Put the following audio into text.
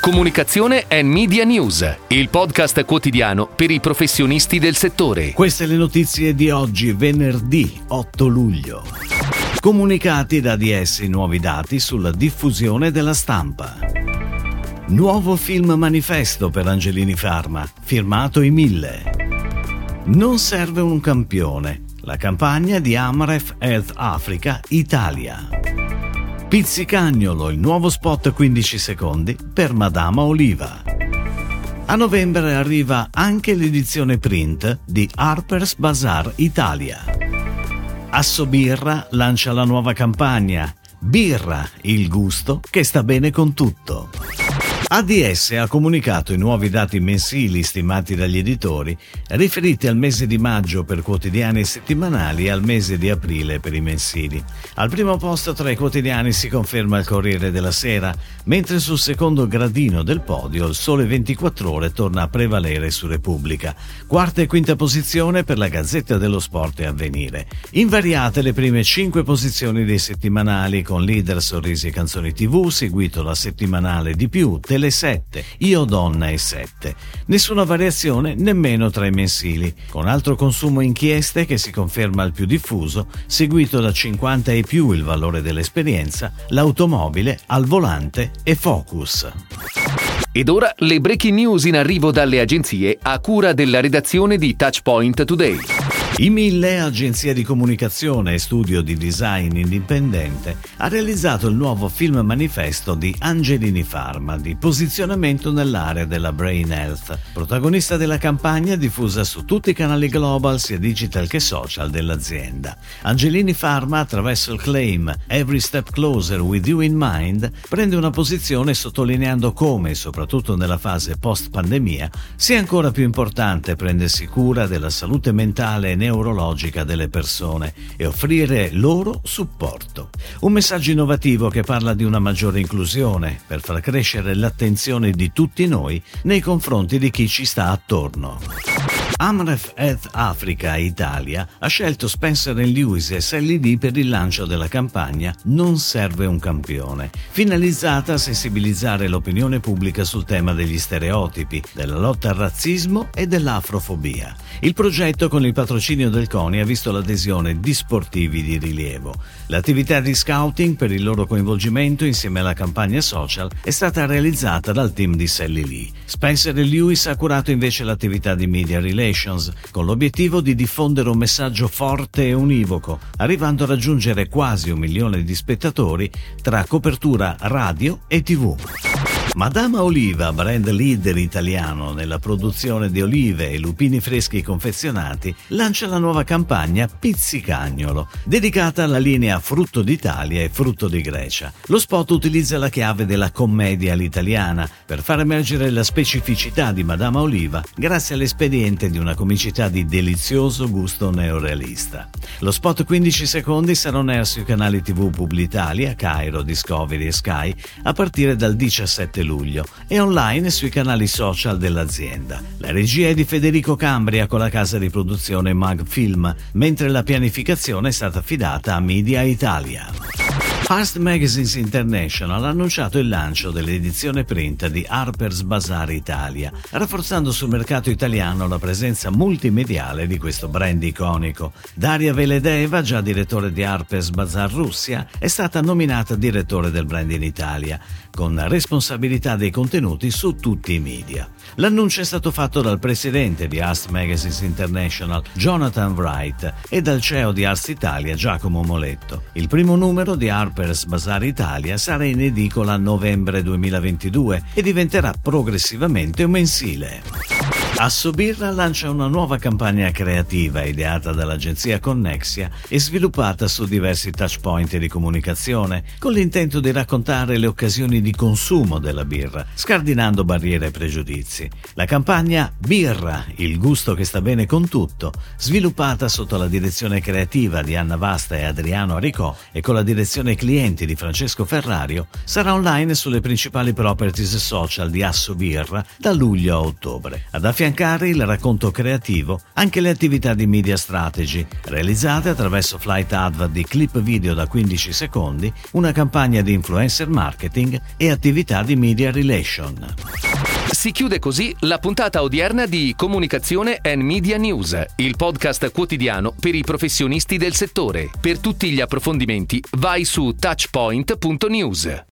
Comunicazione e Media News, il podcast quotidiano per i professionisti del settore. Queste le notizie di oggi, venerdì 8 luglio. Comunicati da ADS nuovi dati sulla diffusione della stampa. Nuovo film manifesto per Angelini Pharma, firmato i 1000. Non serve un campione, la campagna di Amref Health Africa Italia. Pizzicagnolo, il nuovo spot 15 secondi per Madama Oliva. A novembre arriva anche l'edizione print di Harper's Bazaar Italia. Assobirra lancia la nuova campagna Birra, il gusto che sta bene con tutto. ADS ha comunicato i nuovi dati mensili stimati dagli editori riferiti al mese di maggio per quotidiani e settimanali e al mese di aprile per i mensili. Al primo posto tra i quotidiani si conferma il Corriere della Sera, mentre sul secondo gradino del podio il Sole 24 Ore torna a prevalere su Repubblica. Quarta e quinta posizione per la Gazzetta dello Sport e Avvenire. Invariate le prime 5 posizioni dei settimanali con leader Sorrisi e Canzoni TV, seguito la settimanale Di Più, Tele 7, Io Donna e 7. Nessuna variazione nemmeno tra i mensili, con Altro Consumo e Inchieste che si conferma il più diffuso, seguito da 50 e più il valore dell'esperienza, l'automobile, Al Volante e Focus. Ed ora le breaking news in arrivo dalle agenzie a cura della redazione di Touchpoint Today. I 1000, agenzia di comunicazione e studio di design indipendente, ha realizzato il nuovo film manifesto di Angelini Pharma di posizionamento nell'area della Brain Health, protagonista della campagna diffusa su tutti i canali global sia digital che social dell'azienda. Angelini Pharma, attraverso il claim Every Step Closer with You in Mind, prende una posizione sottolineando come, soprattutto nella fase post-pandemia, sia ancora più importante prendersi cura della salute mentale e neurologica delle persone e offrire loro supporto. Un messaggio innovativo che parla di una maggiore inclusione per far crescere l'attenzione di tutti noi nei confronti di chi ci sta attorno. Amref Health Africa Italia ha scelto Spencer & Lewis e Sally Lee per il lancio della campagna Non serve un campione, finalizzata a sensibilizzare l'opinione pubblica sul tema degli stereotipi, della lotta al razzismo e dell'afrofobia. Il progetto, con il patrocinio del CONI, ha visto l'adesione di sportivi di rilievo. L'attività di scouting per il loro coinvolgimento insieme alla campagna social è stata realizzata dal team di Sally Lee. Spencer & Lewis ha curato invece l'attività di media relations, con l'obiettivo di diffondere un messaggio forte e univoco, arrivando a raggiungere quasi 1 milione di spettatori tra copertura radio e TV. Madama Oliva, brand leader italiano nella produzione di olive e lupini freschi confezionati, lancia la nuova campagna Pizzicagnolo, dedicata alla linea Frutto d'Italia e Frutto di Grecia. Lo spot utilizza la chiave della commedia all'italiana per far emergere la specificità di Madama Oliva grazie all'espediente di una comicità di delizioso gusto neorealista. Lo spot 15 secondi sarà on air sui canali TV Publitalia, Cairo, Discovery e Sky a partire dal 17 luglio e online sui canali social dell'azienda. La regia è di Federico Cambria con la casa di produzione Mag Film, mentre la pianificazione è stata affidata a Media Italia. Hearst Magazines International ha annunciato il lancio dell'edizione print di Harper's Bazaar Italia, rafforzando sul mercato italiano la presenza multimediale di questo brand iconico. Daria Veledeva, già direttore di Harper's Bazaar Russia, è stata nominata direttore del brand in Italia, con responsabilità dei contenuti su tutti i media. L'annuncio è stato fatto dal presidente di Hearst Magazines International, Jonathan Wright, e dal CEO di Hearst Italia, Giacomo Moletto. Il primo numero di Harper's Bazaar Italia sarà in edicola a novembre 2022 e diventerà progressivamente un mensile. Assobirra lancia una nuova campagna creativa ideata dall'agenzia Connexia e sviluppata su diversi touchpoint di comunicazione, con l'intento di raccontare le occasioni di consumo della birra, scardinando barriere e pregiudizi. La campagna Birra, il gusto che sta bene con tutto, sviluppata sotto la direzione creativa di Anna Vasta e Adriano Aricò e con la direzione clienti di Francesco Ferrario, sarà online sulle principali properties social di Assobirra da luglio a ottobre. Ad affiancare affiancare il racconto creativo anche le attività di media strategy, realizzate attraverso flight advert di clip video da 15 secondi, una campagna di influencer marketing e attività di media relation. Si chiude così la puntata odierna di Comunicazione and Media News, il podcast quotidiano per i professionisti del settore. Per tutti gli approfondimenti vai su touchpoint.news.